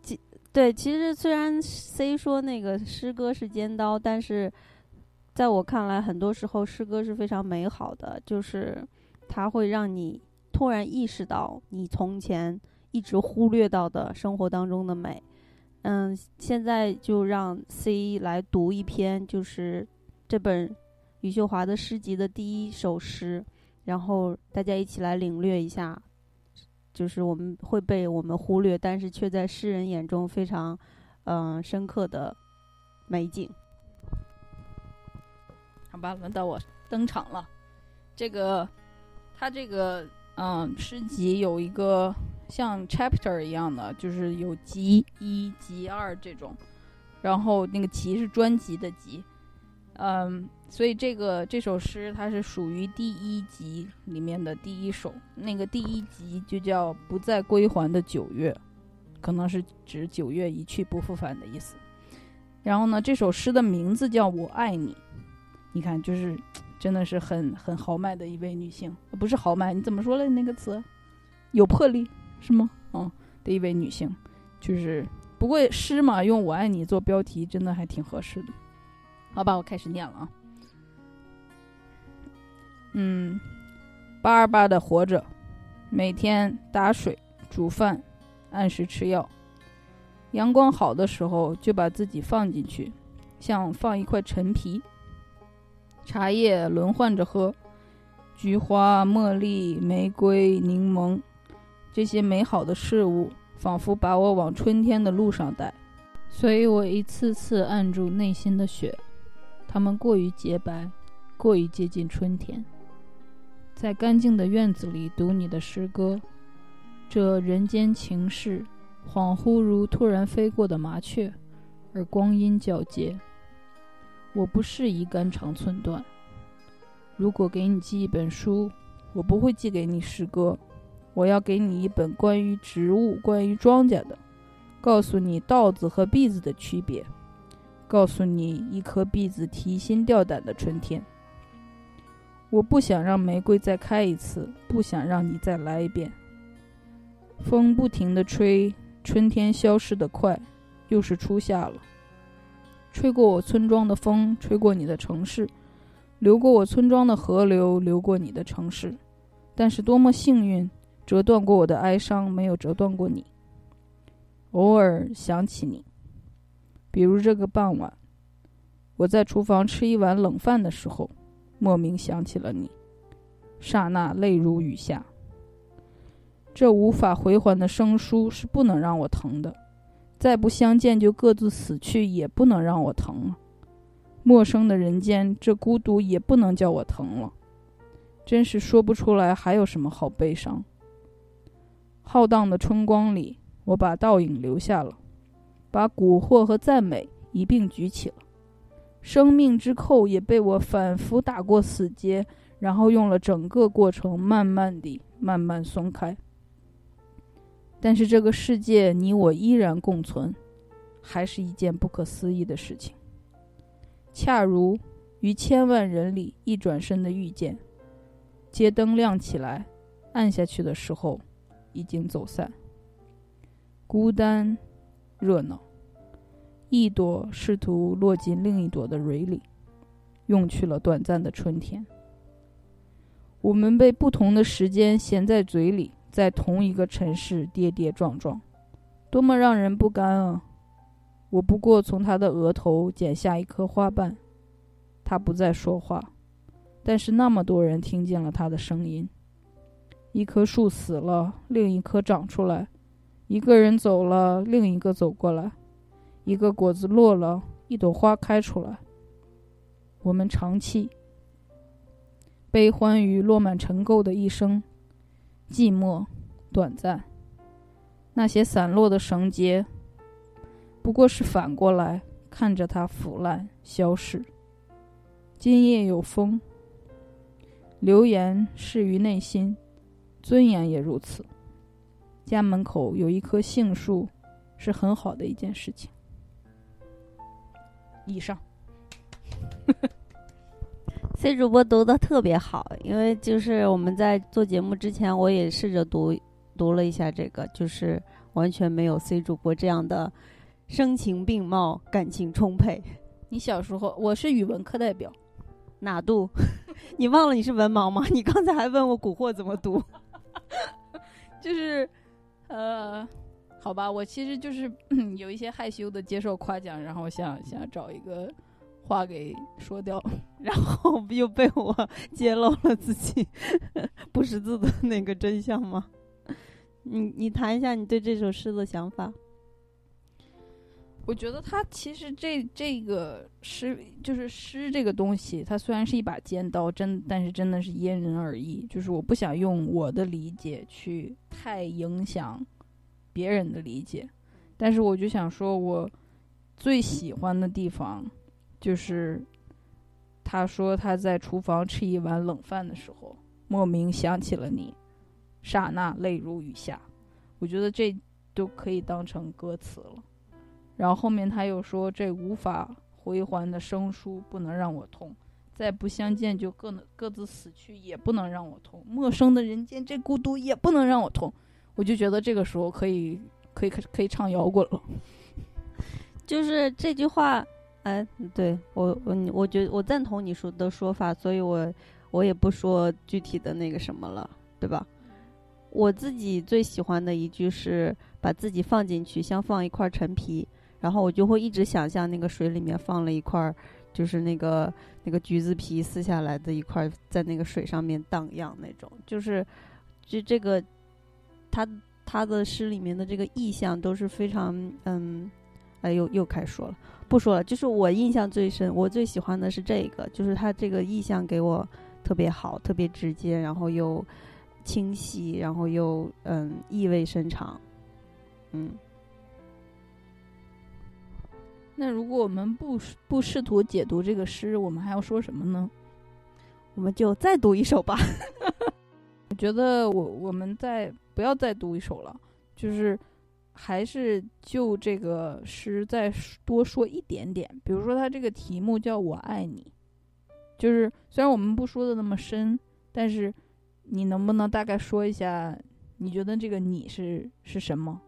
对，其实虽然 C 说那个诗歌是尖刀，但是在我看来，很多时候诗歌是非常美好的，就是它会让你突然意识到你从前一直忽略到的生活当中的美。嗯，现在就让 C 来读一篇，就是这本余秀华的诗集的第一首诗，然后大家一起来领略一下，就是我们会被我们忽略，但是却在诗人眼中非常嗯、呃、深刻的美景。 好吧，轮到我登场了。这个他这个嗯诗集有一个像 chapter 一样的，就是有集一集二这种，然后那个集是专辑的集，嗯，所以这个这首诗它是属于第一集里面的第一首，那个第一集就叫不再归还的九月，可能是指九月一去不复返的意思。然后呢，这首诗的名字叫我爱你，你看就是真的是很很豪迈的一位女性，不是豪迈，你怎么说了那个词？有魄力是吗？嗯，的一位女性，就是不过诗嘛，用我爱你做标题真的还挺合适的。好吧，我开始念了啊。嗯，巴尔巴的活着，每天打水、煮饭，按时吃药。阳光好的时候就把自己放进去，像放一块陈皮。茶叶轮换着喝，菊花、茉莉、玫瑰、柠檬，这些美好的事物仿佛把我往春天的路上带，所以我一次次按住内心的雪，它们过于洁白，过于接近春天。在干净的院子里读你的诗歌，这人间情事恍惚如突然飞过的麻雀，而光阴皎洁。我不适宜肝肠寸断。如果给你寄一本书，我不会寄给你诗歌，我要给你一本关于植物、关于庄稼的，告诉你稻子和篦子的区别，告诉你一颗篦子提心吊胆的春天。我不想让玫瑰再开一次，不想让你再来一遍。风不停地吹，春天消失得快，又是初夏了。吹过我村庄的风，吹过你的城市，流过我村庄的河流，流过你的城市。但是多么幸运，折断过我的哀伤，没有折断过你。偶尔想起你，比如这个傍晚，我在厨房吃一碗冷饭的时候，莫名想起了你，刹那泪如雨下。这无法回还的生疏是不能让我疼的，再不相见就各自死去也不能让我疼了。陌生的人间，这孤独也不能叫我疼了。真是说不出来还有什么好悲伤。浩荡的春光里，我把倒影留下了，把蛊惑和赞美一并举起了。生命之扣也被我反复打过死结，然后用了整个过程慢慢地慢慢松开。但是这个世界你我依然共存，还是一件不可思议的事情。恰如于千万人里一转身的遇见，街灯亮起来，暗下去的时候已经走散。孤单热闹，一朵试图落进另一朵的蕊里，用去了短暂的春天。我们被不同的时间衔在嘴里，在同一个城市跌跌撞撞，多么让人不甘啊！我不过从他的额头剪下一颗花瓣，他不再说话，但是那么多人听见了他的声音。一棵树死了，另一棵长出来；一个人走了，另一个走过来；一个果子落了，一朵花开出来。我们长泣，悲欢于落满尘垢的一生，寂寞短暂。那些散落的绳结，不过是反过来看着它腐烂消逝。今夜有风，流言逝于内心，尊严也如此。家门口有一棵杏树，是很好的一件事情。以上。 C 主播读的特别好，因为就是我们在做节目之前，我也试着读读了一下这个，就是完全没有 C 主播这样的声情并茂，感情充沛。 你小时候，我是语文课代表。 哪度？你忘了你是文盲吗？你刚才还问我古惑怎么读。 就是呃好吧，我其实就是、嗯、有一些害羞的接受夸奖，然后想想找一个话给说掉， 然后又被我揭露了自己不识字的那个真相吗？你你谈一下你对这首诗的想法。 我觉得它其实这这个诗就是诗这个东西，它虽然是一把尖刀，真但是真的是因人而异。就是我不想用我的理解去太影响别人的理解，但是我就想说，我最喜欢的地方就是他说他在厨房吃一碗冷饭的时候，莫名想起了你，刹那泪如雨下。我觉得这都可以当成歌词了。然后后面他又说，这无法回还的生疏不能让我痛，再不相见就各各自死去也不能让我痛，陌生的人间这孤独也不能让我痛。我就觉得这个时候可以可以可以唱摇滚了。 就是这句话，哎，对我我我觉得我赞同你说的说法，所以我我也不说具体的那个什么了，对吧？我自己最喜欢的一句是把自己放进去，像放一块陈皮。然后我就会一直想象那个水里面放了一块，就是那个那个橘子皮撕下来的一块，在那个水上面荡漾那种。就是就这个他他的诗里面的这个意象都是非常嗯，哎又又开始说了，不说了。就是我印象最深，我最喜欢的是这个，就是他这个意象给我特别好，特别直接，然后又清晰，然后又嗯意味深长，嗯。 那如果我们不不试图解读这个诗，我们还要说什么呢？ 我们就再读一首吧。 我觉得我我们再不要再读一首了，就是还是就这个诗再多说一点点。比如说它这个题目叫我爱你，就是虽然我们不说的那么深，但是你能不能大概说一下，你觉得这个你是是什么？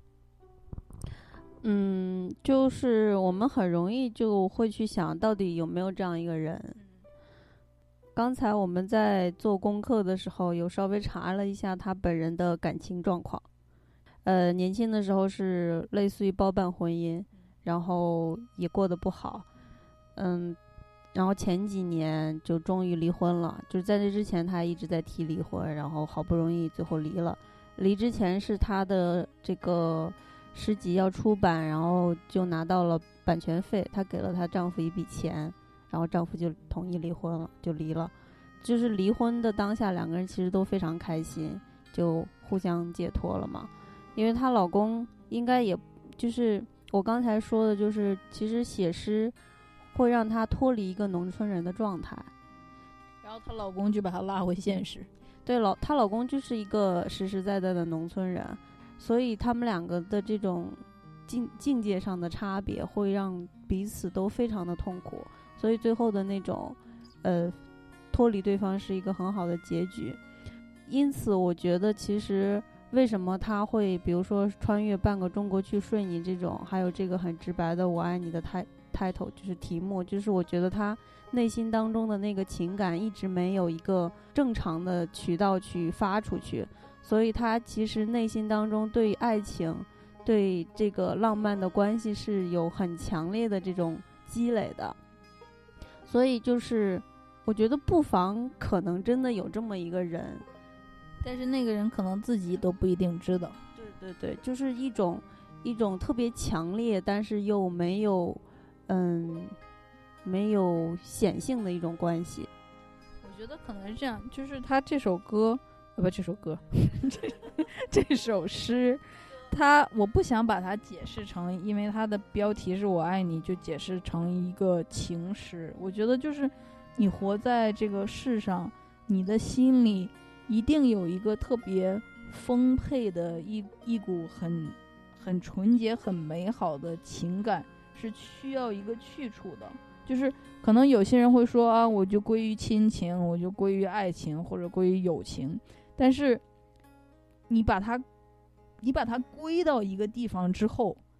嗯，就是我们很容易就会去想到底有没有这样一个人。刚才我们在做功课的时候有稍微查了一下他本人的感情状况，呃，年轻的时候是类似于包办婚姻，然后也过得不好，嗯，然后前几年就终于离婚了，就是在这之前他一直在提离婚，然后好不容易最后离了。离之前是他的这个诗集要出版，然后就拿到了版权费，她给了她丈夫一笔钱，然后丈夫就同意离婚了，就离了。就是离婚的当下，两个人其实都非常开心，就互相解脱了嘛。因为她老公应该也就是我刚才说的，就是其实写诗会让她脱离一个农村人的状态， 然后她老公就把她拉回现实。 对，老她老公就是一个实实在在的农村人。所以他们两个的这种境境界上的差别会让彼此都非常的痛苦，所以最后的那种呃脱离对方是一个很好的结局。因此我觉得其实为什么他会比如说穿越半个中国去睡你这种，还有这个很直白的我爱你的 title 就是题目，就是我觉得他内心当中的那个情感一直没有一个正常的渠道去发出去，所以他其实内心当中对爱情对这个浪漫的关系是有很强烈的这种积累的。所以就是我觉得不妨可能真的有这么一个人， 但是那个人可能自己都不一定知道。 对对对，就是一种一种特别强烈但是又没有嗯没有显性的一种关系。 我觉得可能是这样，就是他这首歌不这首歌这, 这首诗他我不想把它解释成，因为它的标题是我爱你，就解释成一个情诗。我觉得就是你活在这个世上，你的心里一定有一个特别丰沛的一一股很很纯洁很美好的情感，是需要一个去处的。就是可能有些人会说啊，我就归于亲情，我就归于爱情，或者归于友情，但是你把它你把它归到一个地方之后，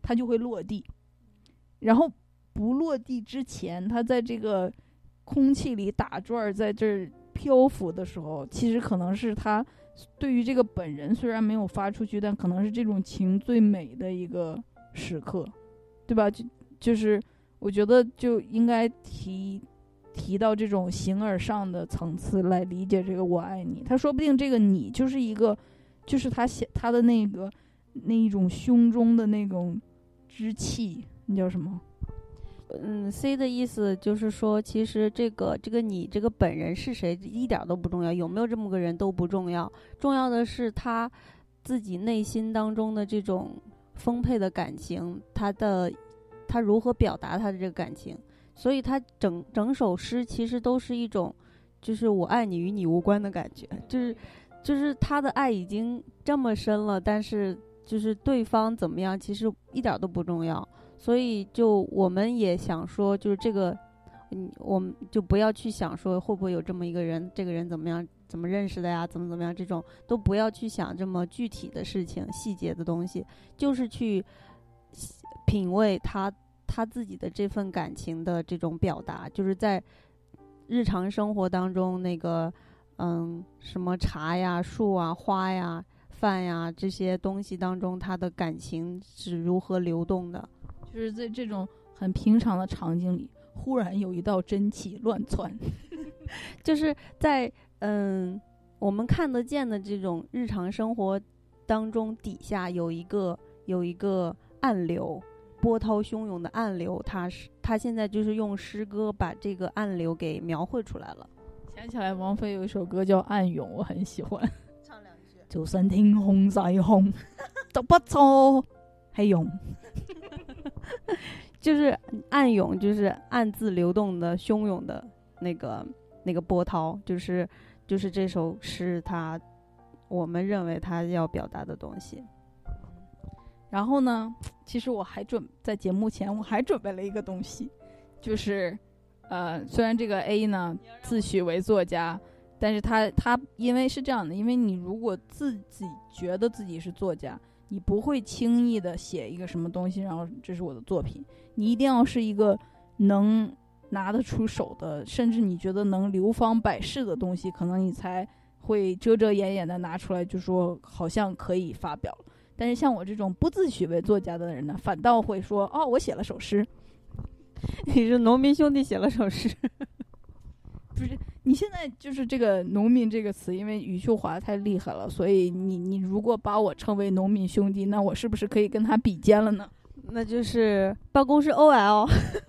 它就会落地，然后不落地之前，它在这个空气里打转，在这儿漂浮的时候，其实可能是它对于这个本人虽然没有发出去，但可能是这种情最美的一个时刻，对吧？就就是我觉得就应该提提到这种形而上的层次来理解这个我爱你。他说不定这个你就是一个，就是他写他的那个那一种胸中的那种之气，你叫什么？ 嗯 ，C 的意思就是说，其实这个这个你这个本人是谁一点都不重要，有没有这么个人都不重要，重要的是他自己内心当中的这种丰沛的感情，他的他如何表达他的这个感情。所以他整整首诗其实都是一种，就是我爱你与你无关的感觉，就是就是他的爱已经这么深了，但是就是对方怎么样，其实一点都不重要。所以就我们也想说，就是这个，嗯，我们就不要去想说会不会有这么一个人，这个人怎么样，怎么认识的呀，怎么怎么样，这种都不要去想这么具体的事情、细节的东西，就是去品味他他自己的这份感情的这种表达，就是在日常生活当中那个，嗯，什么茶呀、树啊、花呀、饭呀这些东西当中，他的感情是如何流动的。 就是在这种很平常的场景里，忽然有一道真气乱窜， 就是在嗯我们看得见的这种日常生活当中，底下有一个有一个暗流，波涛汹涌的暗流，它是它现在就是用诗歌把这个暗流给描绘出来了。 想起来王菲有一首歌叫《暗涌》，我很喜欢。 唱两句。 就算天空再紅，就不錯係用。 就是暗涌，就是暗自流动的、汹涌的那个那个波涛，就是就是这首诗它我们认为它要表达的东西。 然后呢，其实我还准在节目前我还准备了一个东西，就是呃，虽然这个 A 呢自诩为作家，但是他他因为是这样的，因为你如果自己觉得自己是作家，你不会轻易的写一个什么东西，然后这是我的作品，你一定要是一个能拿得出手的，甚至你觉得能流芳百世的东西，可能你才会遮遮掩掩的拿出来，就说好像可以发表了。但是像我这种不自诩为作家的人呢，反倒会说哦，我写了首诗。 你是农民兄弟写了首诗。 不是，你现在就是这个农民这个词，因为余秀华太厉害了，所以你你如果把我称为农民兄弟，那我是不是可以跟他比肩了呢？ 那就是办公室 O L。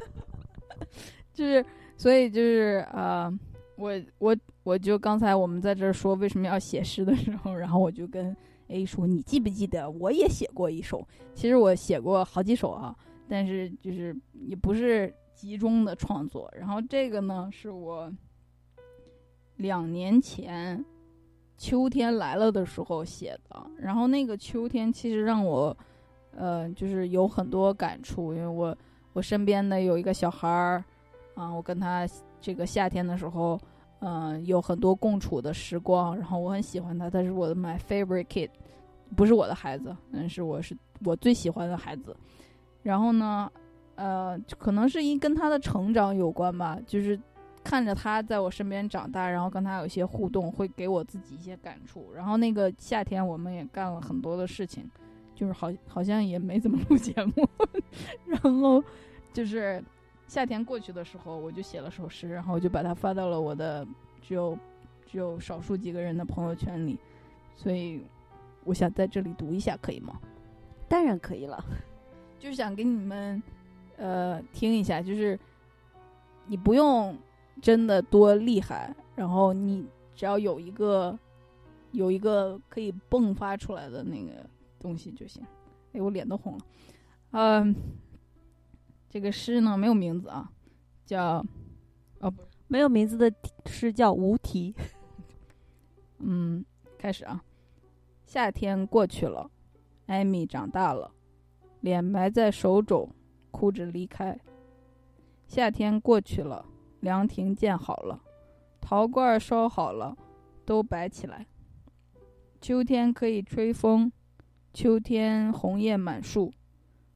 就是所以就是呃我我我就刚才我们在这说为什么要写诗的时候，然后我就跟 A 说，你记不记得我也写过一首，其实我写过好几首啊，但是就是也不是集中的创作。然后这个呢是我两年前秋天来了的时候写的，然后那个秋天其实让我呃就是有很多感触，因为我我身边的有一个小孩儿啊，我跟他这个夏天的时候嗯、呃，有很多共处的时光，然后我很喜欢他，他是我的 my favorite kid， 不是我的孩子，但是我是我最喜欢的孩子。然后呢呃可能是因跟他的成长有关吧，就是看着他在我身边长大，然后跟他有一些互动，会给我自己一些感触。然后那个夏天我们也干了很多的事情，就是好好像也没怎么录节目然后就是夏天过去的时候，我就写了首诗，然后我就把它发到了我的只有只有少数几个人的朋友圈里，所以我想在这里读一下，可以吗？ 当然可以了， 就是想给你们呃听一下，就是你不用真的多厉害，然后你只要有一个有一个可以迸发出来的那个东西就行。哎，我脸都红了。嗯、呃，这个诗呢没有名字啊，叫哦没有名字的诗叫无题。 嗯，开始啊。夏天过去了，艾米长大了，脸埋在手肘，哭着离开。夏天过去了，凉亭建好了，陶罐烧好了，都摆起来。秋天可以吹风，秋天红叶满树，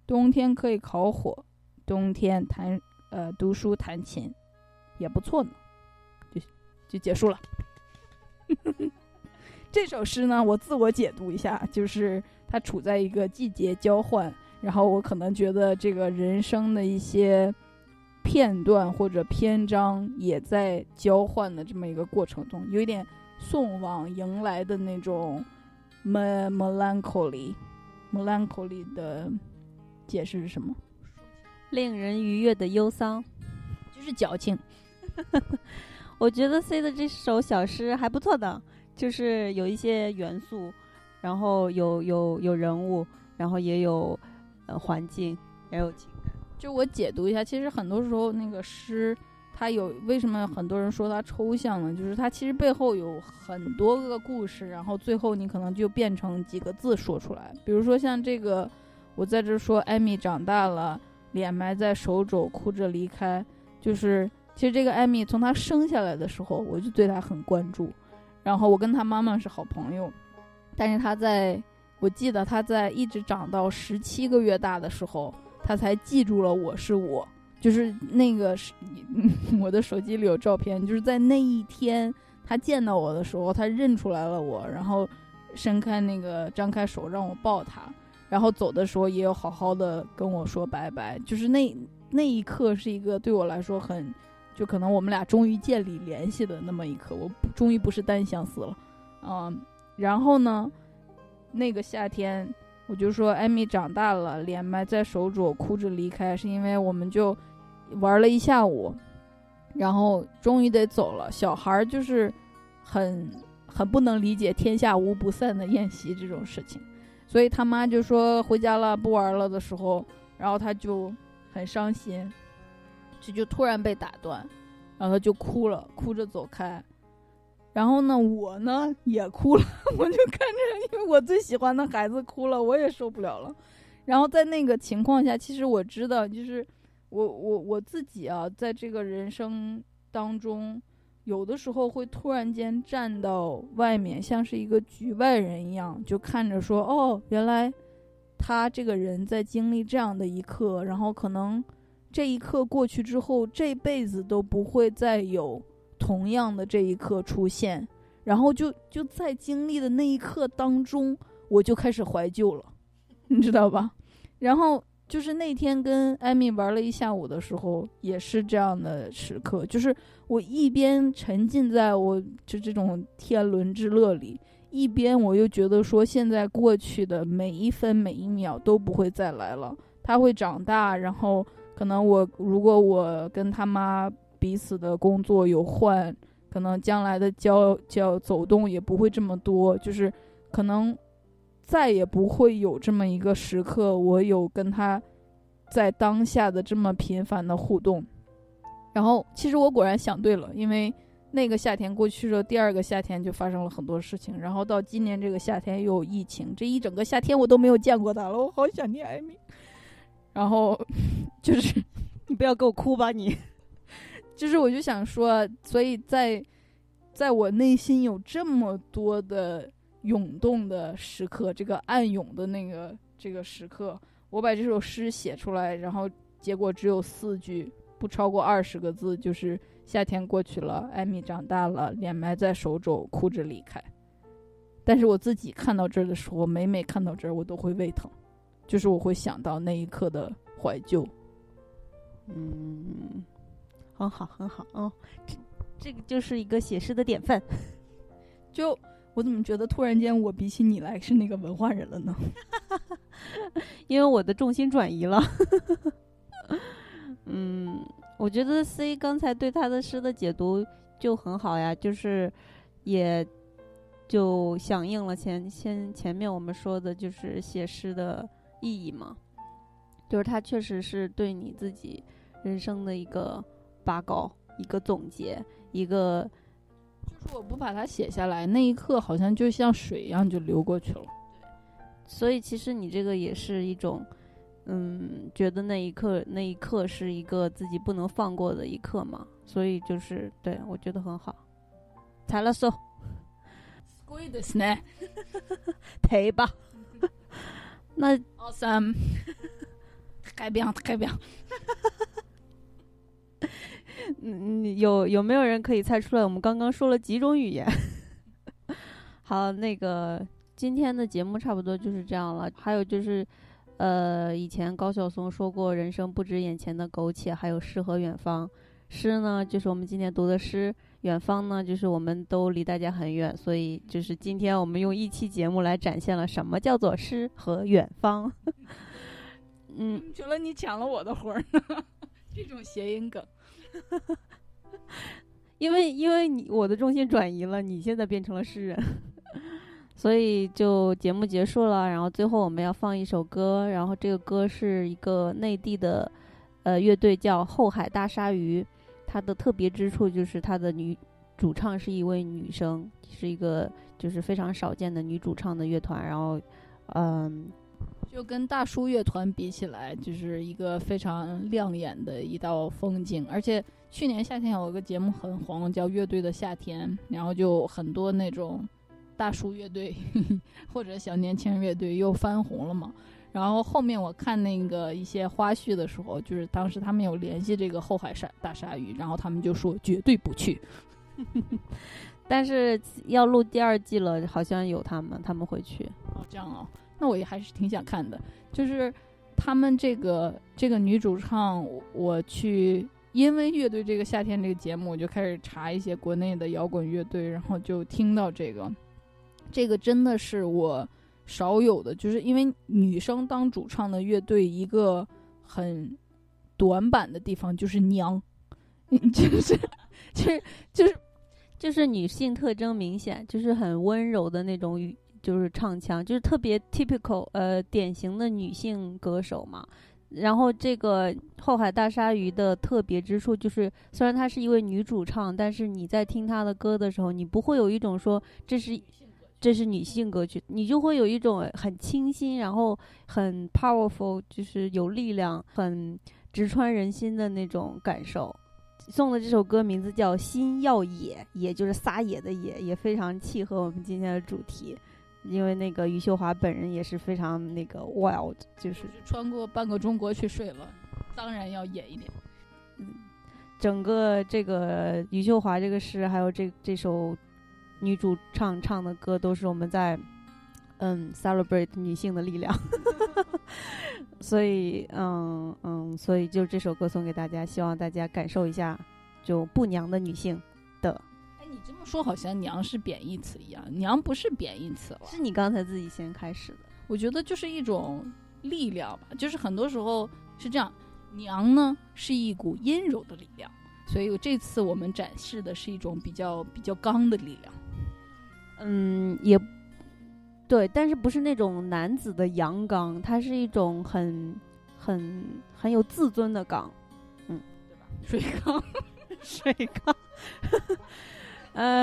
冬天可以烤火，冬天弹呃读书弹琴，也不错呢。就就结束了。这首诗呢，我自我解读一下，就是它处在一个季节交换，然后我可能觉得这个人生的一些片段或者篇章也在交换的这么一个过程中，有一点送往迎来的那种 melancholy melancholy 的解释是什么？ 令人愉悦的忧伤， 就是矫情。 我觉得 C 的这首小诗还不错的，就是有一些元素，然后有有有人物，然后也有呃环境，也有情感。 就我解读一下，其实很多时候那个诗它有为什么很多人说它抽象呢？就是它其实背后有很多个故事，然后最后你可能就变成几个字说出来。比如说像这个，我在这说艾米长大了，脸埋在手肘，哭着离开。就是其实这个艾米从她生下来的时候，我就对她很关注，然后我跟她妈妈是好朋友，但是她在我记得她在一直长到十七个月大的时候，她才记住了我是我。就是那个是我的手机里有照片，就是在那一天他见到我的时候，他认出来了我，然后伸开那个张开手让我抱他，然后走的时候也有好好的跟我说拜拜。就是那那一刻是一个对我来说很，就可能我们俩终于建立联系的那么一刻，我终于不是单相思了。嗯，然后呢那个夏天我就说艾米长大了，脸埋在手肘，哭着离开，是因为我们就玩了一下午，然后终于得走了。小孩就是很很不能理解天下无不散的宴席这种事情，所以他妈就说回家了不玩了的时候，然后他就很伤心，这就突然被打断，然后他就哭了，哭着走开。然后呢我呢也哭了，我就看着因为我最喜欢的孩子哭了，我也受不了了。然后在那个情况下，其实我知道就是我我我自己啊，在这个人生当中有的时候会突然间站到外面，像是一个局外人一样，就看着说哦，原来他这个人在经历这样的一刻，然后可能这一刻过去之后，这辈子都不会再有同样的这一刻出现，然后就就在经历的那一刻当中，我就开始怀旧了，你知道吧？然后就是那天跟艾米玩了一下午的时候，也是这样的时刻，就是我一边沉浸在我就这种天伦之乐里，一边我又觉得说现在过去的每一分每一秒都不会再来了，他会长大，然后可能我如果我跟他妈彼此的工作有换，可能将来的交交走动也不会这么多，就是可能再也不会有这么一个时刻，我有跟他在当下的这么频繁的互动。然后其实我果然想对了，因为那个夏天过去了，第二个夏天就发生了很多事情，然后到今年这个夏天又有疫情，这一整个夏天我都没有见过他了，我好想念艾米。然后就是你不要给我哭吧你。 就是我就想说，所以在在我内心有这么多的涌动的时刻，这个暗涌的那个这个时刻，我把这首诗写出来，然后结果只有四句，不超过二十个字，就是夏天过去了，艾米长大了，脸埋在手肘，哭着离开。但是我自己看到这儿的时候，每每看到这儿我都会胃疼，就是我会想到那一刻的怀旧。 嗯，很好很好哦，这这个就是一个写诗的典范。 就我怎么觉得突然间我比起你来是那个文化人了呢？ 因为我的重心转移了。嗯，我觉得 C 刚才对他的诗的解读就很好呀，就是也就响应了前前前面我们说的，就是写诗的意义嘛，就是它确实是对你自己人生的一个拔高，一个总结，一个就是我不把它写下来，那一刻好像就像水一样就流过去了。 所以其实你这个也是一种嗯，觉得那一刻那一刻是一个自己不能放过的一刻嘛，所以就是对，我觉得很好。才了说すごいですね。 赔吧。那 awesome。 太棒太棒。 嗯，有有没有人可以猜出来我们刚刚说了几种语言？好，那个今天的节目差不多就是这样了。还有就是，呃，以前高晓松说过，人生不止眼前的苟且，还有诗和远方。诗呢，就是我们今天读的诗；远方呢，就是我们都离大家很远。所以，就是今天我们用一期节目来展现了什么叫做诗和远方。嗯， 觉得你抢了我的活儿呢，这种谐音梗。 因为因为你我的重心转移了，你现在变成了诗人。所以就节目结束了，然后最后我们要放一首歌，然后这个歌是一个内地的呃乐队叫后海大鲨鱼，它的特别之处就是它的女主唱是一位女生，是一个就是非常少见的女主唱的乐团，然后嗯、呃， 就跟大叔乐团比起来，就是一个非常亮眼的一道风景。而且去年夏天有个节目很红，叫《乐队的夏天》，然后就很多那种大叔乐队或者小年轻乐队又翻红了嘛。然后后面我看那个一些花絮的时候，就是当时他们有联系这个后海大鲨鱼，然后他们就说绝对不去。 但是要录第二季了，好像有他们他们会去。 哦，这样哦，那我也还是挺想看的。就是他们这个这个女主唱，我去因为乐队这个夏天这个节目，我就开始查一些国内的摇滚乐队，然后就听到这个，这个真的是我少有的，就是因为女生当主唱的乐队，一个很短板的地方就是娘，就是就是就是就是女性特征明显，就是很温柔的那种语，就是唱腔，就是特别 typical 呃典型的女性歌手嘛。然后这个后海大鲨鱼的特别之处就是，虽然她是一位女主唱，但是你在听她的歌的时候，你不会有一种说这是这是女性歌曲，你就会有一种很清新，然后很 powerful， 就是有力量，很直穿人心的那种感受。送的这首歌名字叫《心要野》，野就是撒野的野，也非常契合我们今天的主题。因为那个余秀华本人也是非常那个 wild， 就是穿过半个中国去睡了，当然要野一点。 嗯，整个这个余秀华这个诗，还有这这首女主唱唱的歌，都是我们在嗯 celebrate 女性的力量。所以嗯嗯，所以就这首歌送给大家，希望大家感受一下就不娘的女性的。 你这么说好像娘是贬义词一样，娘不是贬义词了， 是你刚才自己先开始的。 我觉得就是一种力量吧，就是很多时候是这样，娘呢是一股阴柔的力量，所以这次我们展示的是一种比较比较刚的力量。 嗯，也对，但是不是那种男子的阳刚，它是一种很很很有自尊的刚，嗯， 对吧？水刚， 水刚。呃，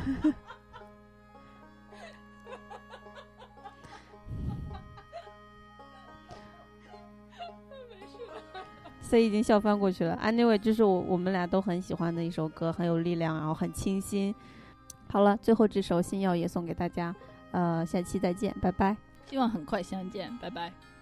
所以已经笑翻过去了。Anyway， 就是我我们俩都很喜欢的一首歌，很有力量，然后很清新。好了，最后这首《心要野》送给大家，呃，下期再见，拜拜。 希望很快相见，拜拜。